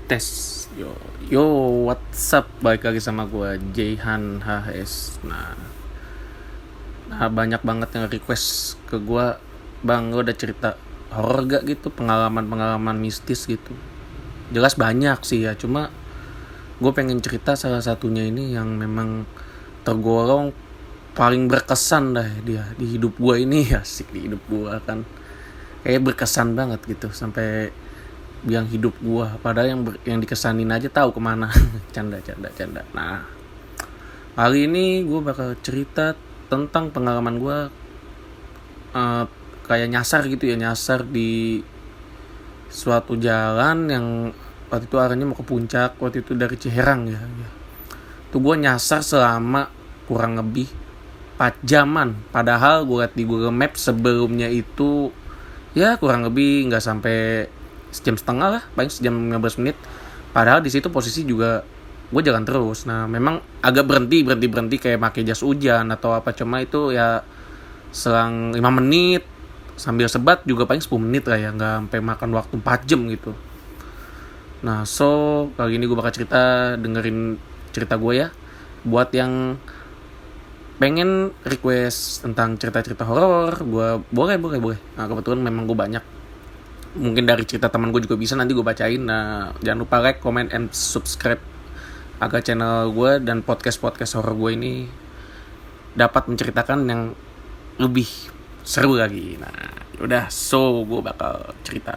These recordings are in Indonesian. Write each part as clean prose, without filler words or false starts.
Tes. Yo, yo, what's up? Balik lagi sama gue, Jayhan HS. Nah, banyak banget yang request ke gue, bang, gue udah cerita horor gak gitu, pengalaman mistis gitu. Jelas banyak sih ya, cuma gue pengen cerita salah satunya ini yang memang tergolong paling berkesan dah dia di hidup gue ini. Asik, di hidup gue kan kayak berkesan banget gitu sampai biang hidup gua, padahal yang dikesanin aja tahu kemana. canda. Nah, kali ini gua bakal cerita tentang pengalaman gua kayak nyasar di suatu jalan yang waktu itu arahnya mau ke puncak, waktu itu dari Ciherang ya. Tuh gua nyasar selama kurang lebih 4 jaman, padahal gua liat di Google Maps sebelumnya itu ya kurang lebih nggak sampai sejam setengah lah, paling sejam 15 menit. Padahal di situ posisi juga gue jalan terus. Nah, memang agak berhenti kayak pakai jas hujan atau apa, cuma itu ya selang 5 menit sambil sebat juga paling 10 menit lah ya, nggak sampai makan waktu 4 jam gitu. Nah, kali ini gue bakal dengerin cerita gue ya. Buat yang pengen request tentang cerita-cerita horor, gue boleh. Nah, kebetulan memang gue banyak. Mungkin dari cerita teman gue juga bisa nanti gue bacain. Nah, jangan lupa like, comment, and subscribe agar channel gue dan podcast horor gue ini dapat menceritakan yang lebih seru lagi. Nah, yaudah, gue bakal cerita.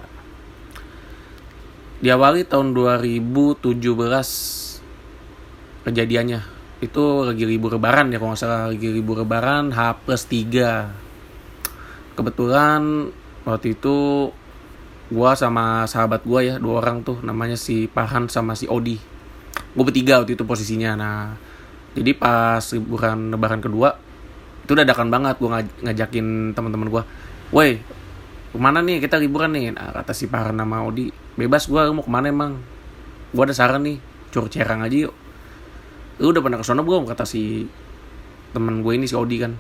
Diawali tahun 2017 kejadiannya. Itu lagi libur lebaran ya, kalau gak salah lagi libur lebaran H+3. Kebetulan waktu itu gue sama sahabat gue ya, 2 orang tuh, namanya si Farhan sama si Odi. Gue bertiga waktu itu posisinya. Nah, jadi pas liburan lebaran kedua itu dadakan banget gue ngajakin teman-teman gue, woi, kemana nih kita liburan nih? Nah, kata si Farhan sama Odi, bebas gue, lu mau kemana emang? Gue ada saran nih, Ciherang aja yuk. Lu udah pernah kesana belum? Kata si temen gue ini, si Odi kan.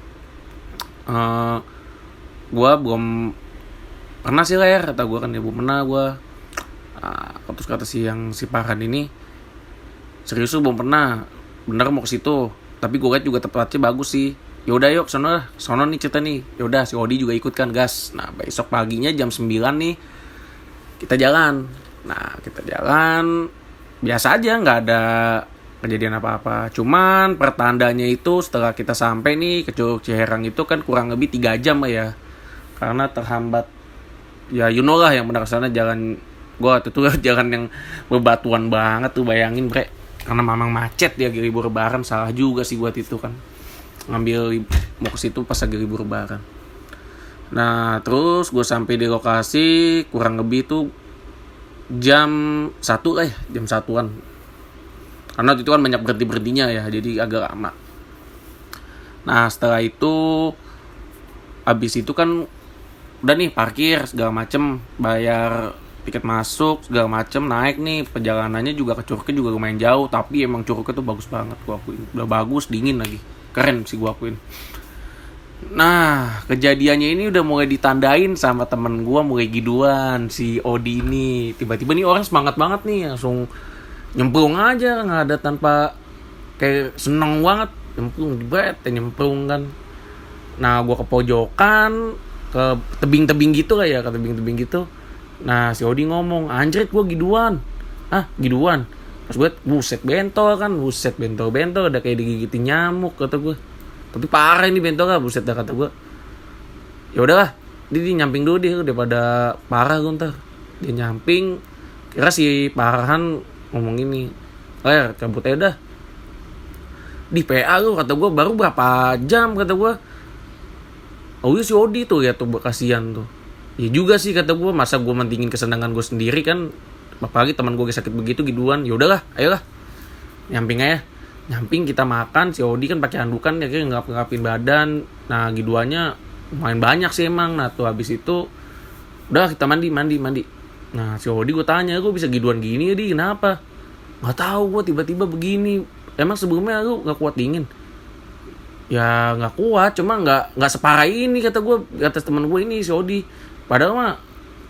Gue belum pernah sih lah ya, kata gue kan, ya belum pernah gue. Terus kata si Farhan ini, serius lu belum pernah, bener mau ke situ, tapi gue liat juga tempatnya bagus sih. Yaudah yuk sono nih cerita nih. Yaudah, si Odi juga ikut kan, gas. Nah, besok paginya jam 9 nih kita jalan. Nah, kita jalan biasa aja, nggak ada kejadian apa-apa. Cuman pertandanya itu setelah kita sampai nih ke Curug Ciherang itu kan kurang lebih 3 jam lah ya, karena terhambat. Ya you know lah yang benar sana jalan gua tuh jalan yang bebatuan banget tuh, bayangin bre, karena memang macet ya libur lebaran. Salah juga sih buat itu kan, ngambil mau ke situ pas lagi libur lebaran. Nah, terus gue sampai di lokasi kurang lebih tuh jam 1 lah ya, jam 1-an. Karena itu kan banyak berhentinya ya, jadi agak lama. Nah, setelah itu abis itu kan udah nih parkir segala macem, bayar tiket masuk segala macem, naik nih. Perjalanannya juga ke Curugnya juga lumayan jauh, tapi emang Curugnya tuh bagus banget, gua akuin. Udah bagus, dingin lagi, keren sih gua akuin. Nah, kejadiannya ini udah mulai ditandain sama temen gua, mulai giduan si Odi ini. Tiba-tiba nih orang semangat banget nih, langsung nyemplung aja, nggak ada tanpa kayak seneng banget, nyemplung kan. Nah, gua ke pojokan, ke tebing-tebing gitu lah ya, ke tebing-tebing gitu. Nah, si Odi ngomong, anjrit gue giduan. Giduan. Pas gue, buset bentol, udah kayak digigitin nyamuk, kata gue. Tapi parah ini bentol lah, buset dah, kata gue. Ya udahlah, dia nyamping dulu dia, daripada parah gue ntar. Dia nyamping, kira si Farhan ngomong ini, cabut aja dah. Di PA lu, kata gue, baru berapa jam, kata gue. Oh iya, si Odi tuh ya tuh, kasihan tuh. Ya juga sih, kata gue, masa gue mentingin kesenangan gue sendiri kan, apalagi teman gue sakit begitu giduan. Ya udahlah, ayolah nyamping aja. Nyamping, kita makan. Si Odi kan pakai handukan ya, kayak ngapin badan. Nah, giduannya lumayan banyak sih emang. Nah, tuh habis itu udah kita mandi. Nah, si Odi gue tanya, gue bisa giduan gini ya, Di, kenapa? Nggak tahu, gue tiba-tiba begini. Emang sebelumnya lu nggak kuat dingin? Ya nggak kuat, cuma nggak separah ini, kata gue, kata teman gue ini si Odi. Padahal mah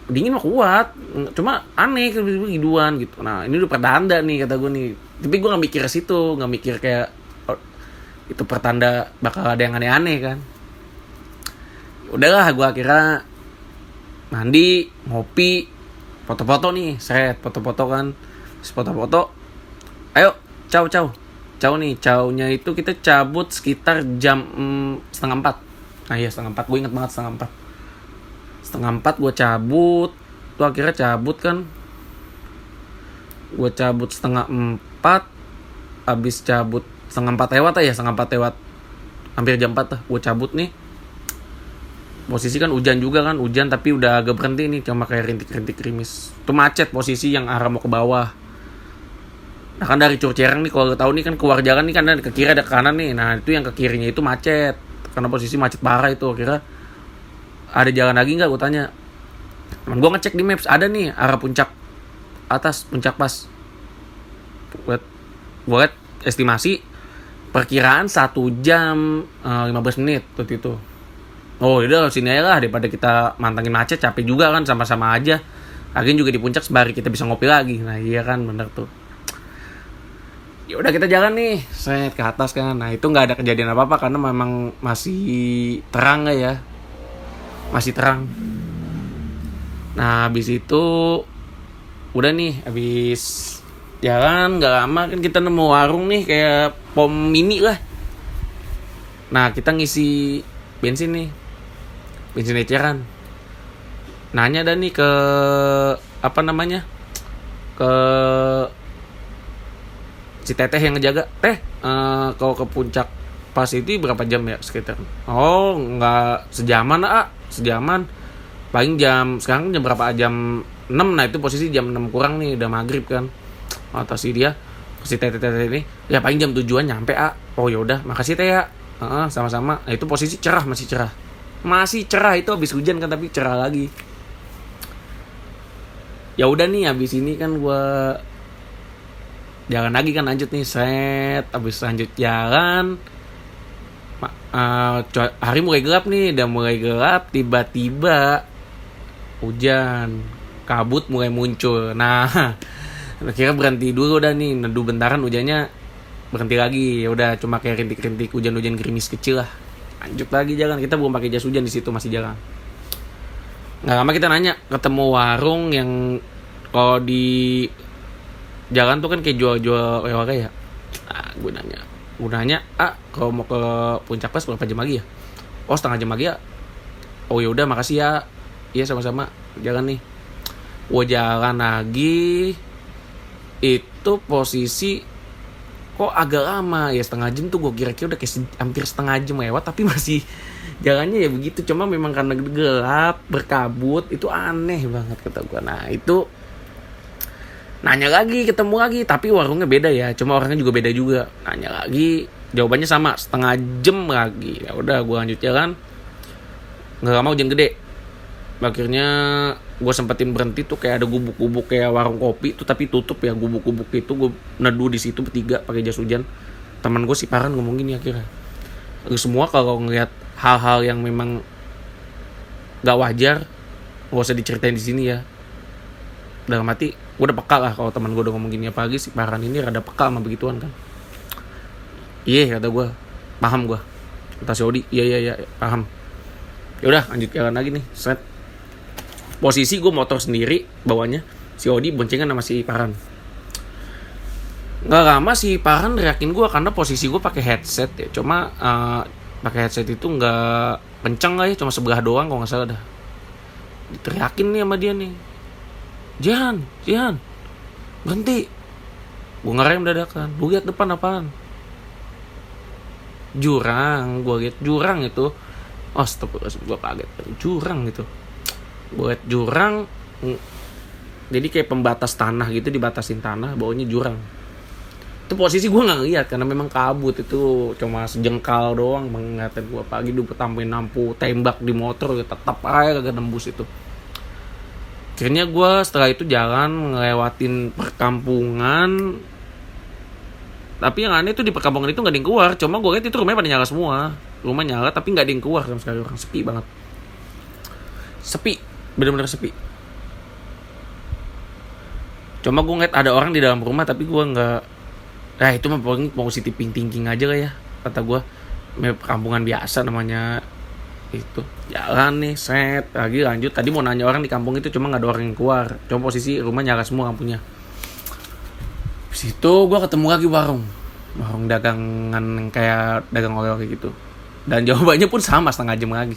dingin mah kuat, cuma aneh kegiduan gitu. Nah ini udah pertanda nih kata gue nih, tapi gue nggak mikir ke situ, nggak mikir kayak oh, itu pertanda bakal ada yang aneh-aneh kan. Udahlah gue akhirnya mandi, ngopi, foto-foto nih, foto-foto kan, foto-foto, ayo caw nih, cawnya itu kita cabut sekitar jam 3:30. Nah iya 3:30, gue inget banget 3:30 gue cabut. Tuh akhirnya cabut kan, gue cabut 3:30, abis cabut 3:30 lewat aja, 3:30 lewat, hampir jam 4 lah gue cabut nih. Posisi kan hujan juga kan, hujan tapi udah agak berhenti nih, cuma kayak rintik-rintik krimis. Itu macet posisi yang arah mau ke bawah. Nah kan dari Curcerang nih, kalau tahu nih kan keluar jalan nih kan, ada ke kiri ada ke kanan nih. Nah itu yang ke kirinya itu macet, karena posisi macet parah itu. Kira ada jalan lagi nggak, gue tanya. Temen gue ngecek di maps, ada nih arah puncak atas, puncak pas. Gue liat estimasi perkiraan 1 jam 15 menit waktu itu. Oh udah sini aja lah, daripada kita mantangin macet, capek juga kan, sama-sama aja. Lagian juga di puncak sembari kita bisa ngopi lagi. Nah iya kan, bener tuh. Ya udah kita jalan nih, set ke atas kan. Nah itu nggak ada kejadian apa-apa karena memang masih terang ya, masih terang. Nah habis itu udah nih, habis jalan nggak lama kan kita nemu warung nih kayak pom mini lah. Nah kita ngisi bensin nih, bensin eceran. Nanya dah nih ke apa namanya, ke si teteh yang ngejaga, kalau ke puncak pas itu berapa jam ya sekitar? Oh nggak sejaman sejaman, paling jam sekarang jam berapa, jam 6. Nah itu posisi jam 6 kurang nih, udah maghrib kan. Atau si dia, si teteh ini ya paling jam 7-an nyampe. Oh ya udah makasih teh ya, sama-sama. Nah itu posisi cerah, masih cerah itu, habis hujan kan tapi cerah lagi. Ya udah nih, habis ini kan gue jalan lagi kan, lanjut nih, habis lanjut jalan, hari mulai gelap nih, udah mulai gelap, tiba-tiba hujan, kabut mulai muncul. Nah akhirnya berhenti dulu udah nih, neduh bentaran, hujannya berhenti lagi. Ya udah cuma kayak rintik-rintik hujan-hujan gerimis kecil lah. Lanjut lagi jalan, kita belum pakai jas hujan di situ, masih jalan. Nggak lama kita nanya, ketemu warung yang kalau di jalan tuh kan kayak jual-jual oleh-oleh ya. Nah, gue nanya, kalau mau ke puncak pas berapa jam lagi ya? Oh 30 jam lagi ya. Oh ya udah makasih ya. Iya sama-sama, jalan nih. Gue jalan lagi, itu posisi kok agak lama ya, setengah jam tuh. Gue kira-kira udah kayak hampir setengah jam lewat, tapi masih jalannya ya begitu. Cuma memang karena gelap, berkabut, itu aneh banget kata gue. Nah itu nanya lagi, ketemu lagi, tapi warungnya beda ya, cuma orangnya juga beda juga. Nanya lagi, jawabannya sama, setengah jam lagi. Ya udah gue lanjut jalan, nggak lama hujan gede. Akhirnya gue sempetin berhenti tuh, kayak ada gubuk-gubuk kayak warung kopi tuh tapi tutup ya, gubuk-gubuk itu. Gue neduh di situ bertiga pakai jas hujan. Teman gue si Paran ngomong gini akhirnya, lu semua kalau ngelihat hal-hal yang memang nggak wajar gak usah diceritain di sini ya. Dalam hati gue udah peka lah kalau teman gue udah ngomong gini, apalagi si Paran ini rada peka sama begituan kan. Iya kata gue, paham gue. Kata si Odi, iya paham. Ya udah lanjut jalan lagi nih, set. Posisi gue motor sendiri bawanya, si Odi boncengan sama si Paran. Nggak lama si Paran teriakin gue karena posisi gue pakai headset ya. Cuma pakai headset itu nggak kenceng lah ya, cuma sebelah doang kalau nggak salah dah. Diteriakin nih sama dia nih, Jihan, berhenti. Gue ngerem dadakan. Gue liat depan apaan? Jurang. Gue liat jurang itu. Astagfirullah, gue kaget. Jurang gitu. Gue liat jurang. Jadi kayak pembatas tanah gitu, dibatasin tanah, bawahnya jurang. Itu posisi gue nggak ngeliat karena memang kabut itu, cuma sejengkal doang mengatain gue. Pagi dulu tambahin lampu tembak di motor, tetap aja kagak nembus itu. Akhirnya gue setelah itu jalan ngelewatin perkampungan. Tapi yang aneh tuh di perkampungan itu gak ada yang keluar. Cuma gue lihat itu rumahnya pada nyala semua. Rumah nyala tapi gak ada yang keluar sama sekali. Orang sepi banget. Sepi, benar-benar sepi. Cuma gue ngeliat ada orang di dalam rumah tapi gue nggak. Itu mah positive thinking aja lah ya kata gue. Perkampungan biasa namanya itu. Jalan nih set lagi lanjut. Tadi mau nanya orang di kampung itu cuma nggak ada orang yang keluar. Cuma posisi rumah nyala semua lampunya. Situ gue ketemu lagi warung dagangan kayak dagang oleh-oleh gitu. Dan jawabannya pun sama setengah jam lagi.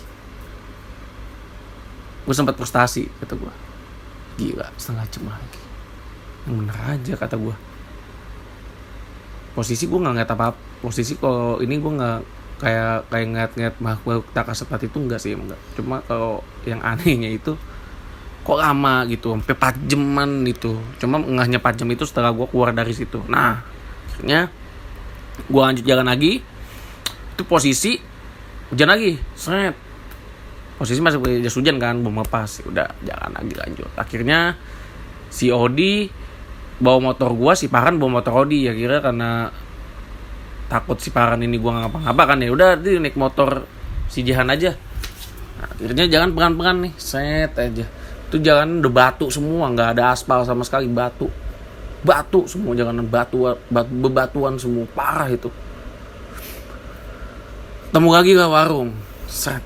Gue sempat frustasi kata gue. Gila setengah jam lagi. Yang bener aja kata gue. Posisi gue nggak ngeliat apa-apa. Posisi kalau ini gue nggak kayak ngeliat makhluk tak kasat itu enggak sih enggak. Cuma kalau yang anehnya itu kok lama gitu sampai 4 jaman itu. Cuma ngehnya 4 jam itu setelah gue keluar dari situ. Nah akhirnya gue lanjut jalan lagi. Itu posisi hujan lagi seret. Posisi masih pakai jas hujan kan, belum lepas. Udah jalan lagi lanjut. Akhirnya si Odi bawa motor gua, si Paran bawa motor Odi. Ya kira karena takut si Paran ini gua nggak ngapa-ngapa kan, ya udah dia naik motor si Jihan aja. Nah, akhirnya jalan pelan-pelan nih, set aja. Itu jalan udah batu semua, nggak ada aspal sama sekali, batu semua, jalanan bebatuan semua, parah itu. Temu lagi lah warung, set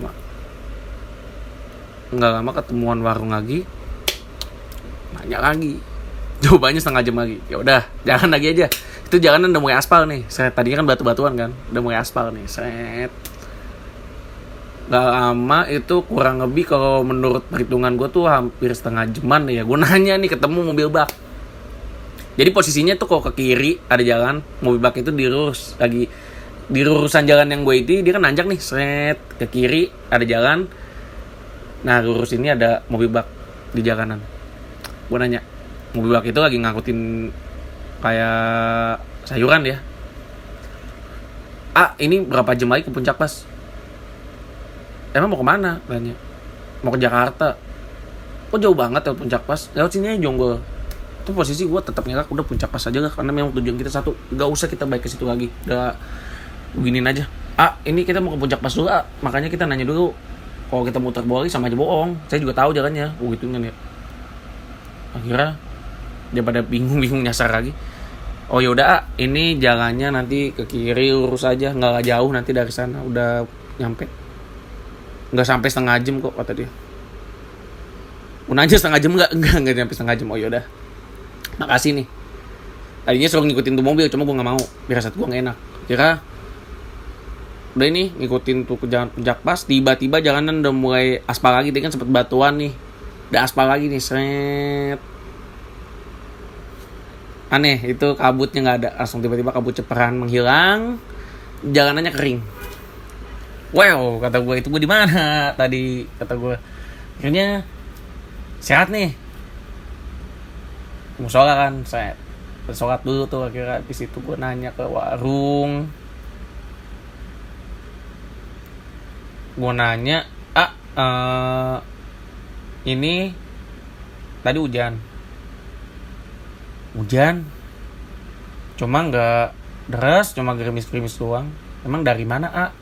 nggak lama ketemuan warung lagi, nanya lagi, jawabannya setengah jam lagi. Ya udah jalan lagi aja. Itu jalanan udah mulai aspal nih, set. Tadinya kan batu-batuan kan, udah mulai aspal nih, set. Gak lama itu kurang lebih kalau menurut perhitungan gue tuh hampir setengah jaman ya. Gue nanya nih ketemu mobil bak. Jadi posisinya tuh kalau ke kiri ada jalan, mobil bak itu dilurus lagi di lurusan jalan yang gue itu dia kan nanjak nih, set. Ke kiri ada jalan. Nah lurus ini ada mobil bak di jalanan. Gue nanya, mobil bak itu lagi ngangkutin kayak sayuran ya. Ini berapa jam lagi ke Puncak Pas? Emang mau kemana? Tanya. Mau ke Jakarta. Kok jauh banget ya Puncak Pas? Lewat sini aja Jonggol. Itu posisi gue tetap ngelak udah Puncak Pas aja lah, karena memang tujuan kita satu. Gak usah kita balik ke situ lagi. Udah beginin aja. Ini kita mau ke Puncak Pas dulu. Makanya kita nanya dulu. Kalau kita muter balik sama aja bohong. Saya juga tahu jalannya. Gitu kan ya. Akhirnya dia pada bingung nyasar lagi. Oh yaudah, ini jalannya nanti ke kiri lurus aja, nggak jauh nanti dari sana udah nyampe. Nggak sampai setengah jam kok kata dia. Nanya setengah jam nggak nyampe setengah jam. Oh yaudah, makasih nih. Tadinya suruh ngikutin tuh mobil, cuma gue nggak mau. Firasat gue nggak enak. Kira udah ini ngikutin tuh ke jalan Puncak Pas, tiba-tiba jalanan udah mulai aspal lagi. Dia kan sempet batuan nih, udah aspal lagi nih, seret. Aneh, itu kabutnya nggak ada, langsung tiba-tiba kabut ceperan menghilang, jalanannya kering. Wow, kata gue, itu gue di mana tadi, kata gue. Akhirnya sehat nih, musola kan, saya sholat dulu tuh. Akhirnya di situ gue nanya ke warung. Gue nanya, ini tadi hujan, cuma nggak deras, cuma gerimis-gerimis doang. Emang dari mana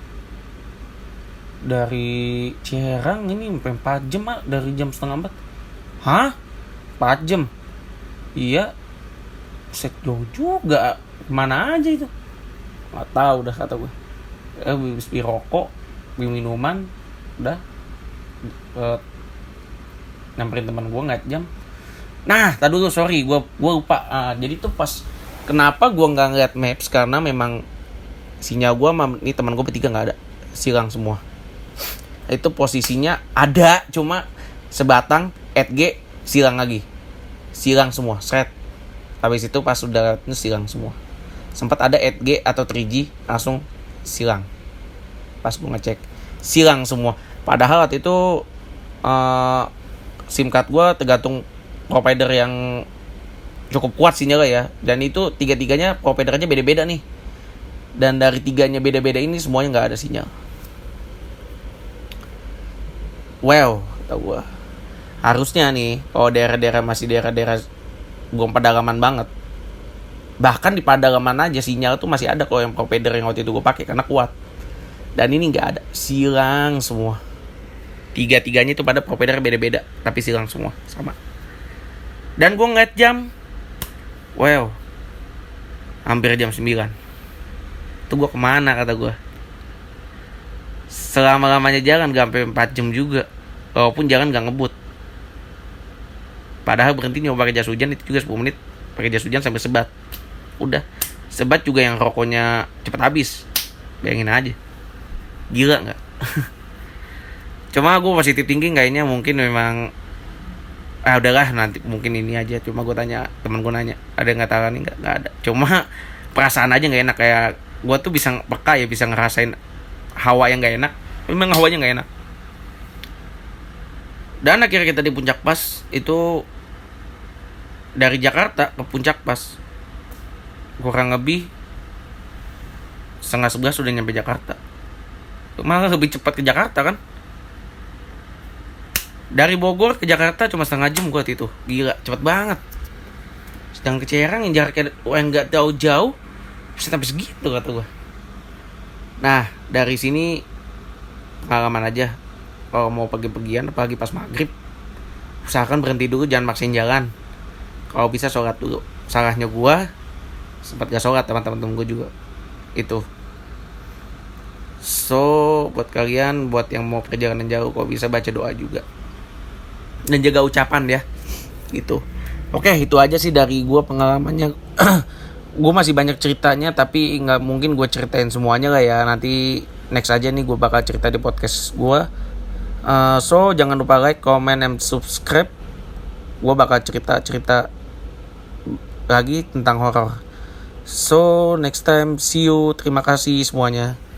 Dari Ciherang ini sampai 4 jam dari jam 3:30. Hah? 4 jam? Iya. Set jauh juga. Mana aja itu? Nggak tahu dah kata gue. Beli rokok, beli minuman, udah nyamperin teman gue nggak jam. Nah, tadi dulu sorry, gue lupa. Jadi tuh pas kenapa gue nggak ngeliat maps, karena memang sinyal gue sama ini teman gue bertiga nggak ada, silang semua. Itu posisinya ada, cuma sebatang @g silang lagi, silang semua, seret. Habis itu pas udah silang semua. Sempat ada @g atau 3G langsung silang. Pas gue ngecek silang semua. Padahal waktu itu SIM card gue tergantung provider yang cukup kuat sinyalnya ya. Dan itu tiga-tiganya providernya beda-beda nih. Dan dari tiganya beda-beda ini semuanya nggak ada sinyal. Wow, kata gue. Harusnya nih kalau daerah-daerah masih daerah-daerah belum pedalaman banget, bahkan di pedalaman aja sinyal tuh masih ada kalau yang provider yang waktu itu gue pakai karena kuat. Dan ini nggak ada, silang semua. Tiga-tiganya itu pada provider beda-beda, tapi silang semua sama. Dan gue ngeliat jam, wow, hampir jam 9. Itu gue kemana kata gue. Selama-lamanya jalan gak sampai 4 jam juga. Walaupun jalan gak ngebut. Padahal berhenti nyoba pakai jas hujan itu juga 10 menit. Pakai jas hujan sampai sebat. Udah. Sebat juga yang rokoknya cepet habis. Bayangin aja. Gila gak? Cuma gue positif thinking kayaknya mungkin memang udahlah nanti mungkin ini aja. Cuma gue tanya temen gue nanya ada yang gak tahu nih nggak ada. Cuma perasaan aja nggak enak, kayak gue tuh bisa peka ya, bisa ngerasain hawa yang nggak enak. Memang hawanya nggak enak. Dan akhirnya kita di puncak pas itu, dari Jakarta ke puncak pas kurang lebih 10:30 sudah nyampe Jakarta. Malah lebih cepat ke Jakarta kan. Dari Bogor ke Jakarta cuma setengah jam gue itu. Gila, cepet banget. Sedang ke Ciherang yang jaraknya yang gak jauh-jauh bisa sampai segitu kata gue. Nah, dari sini pengalaman aja. Kalau mau pergi-pergian, apalagi pas maghrib, usahakan berhenti dulu, jangan maksain jalan. Kalau bisa sholat dulu. Salahnya gue sempat gak sholat, teman-teman gue juga. Itu. So, buat kalian, buat yang mau perjalanan jauh, kalau bisa baca doa juga. Dan jaga ucapan ya. Gitu. Oke, itu aja sih dari gue pengalamannya. Gue masih banyak ceritanya, tapi gak mungkin gue ceritain semuanya lah ya. Nanti next aja nih gue bakal cerita di podcast gue. So, jangan lupa like, comment, and subscribe. Gue bakal cerita-cerita lagi tentang horor. So, next time, see you. Terima kasih semuanya.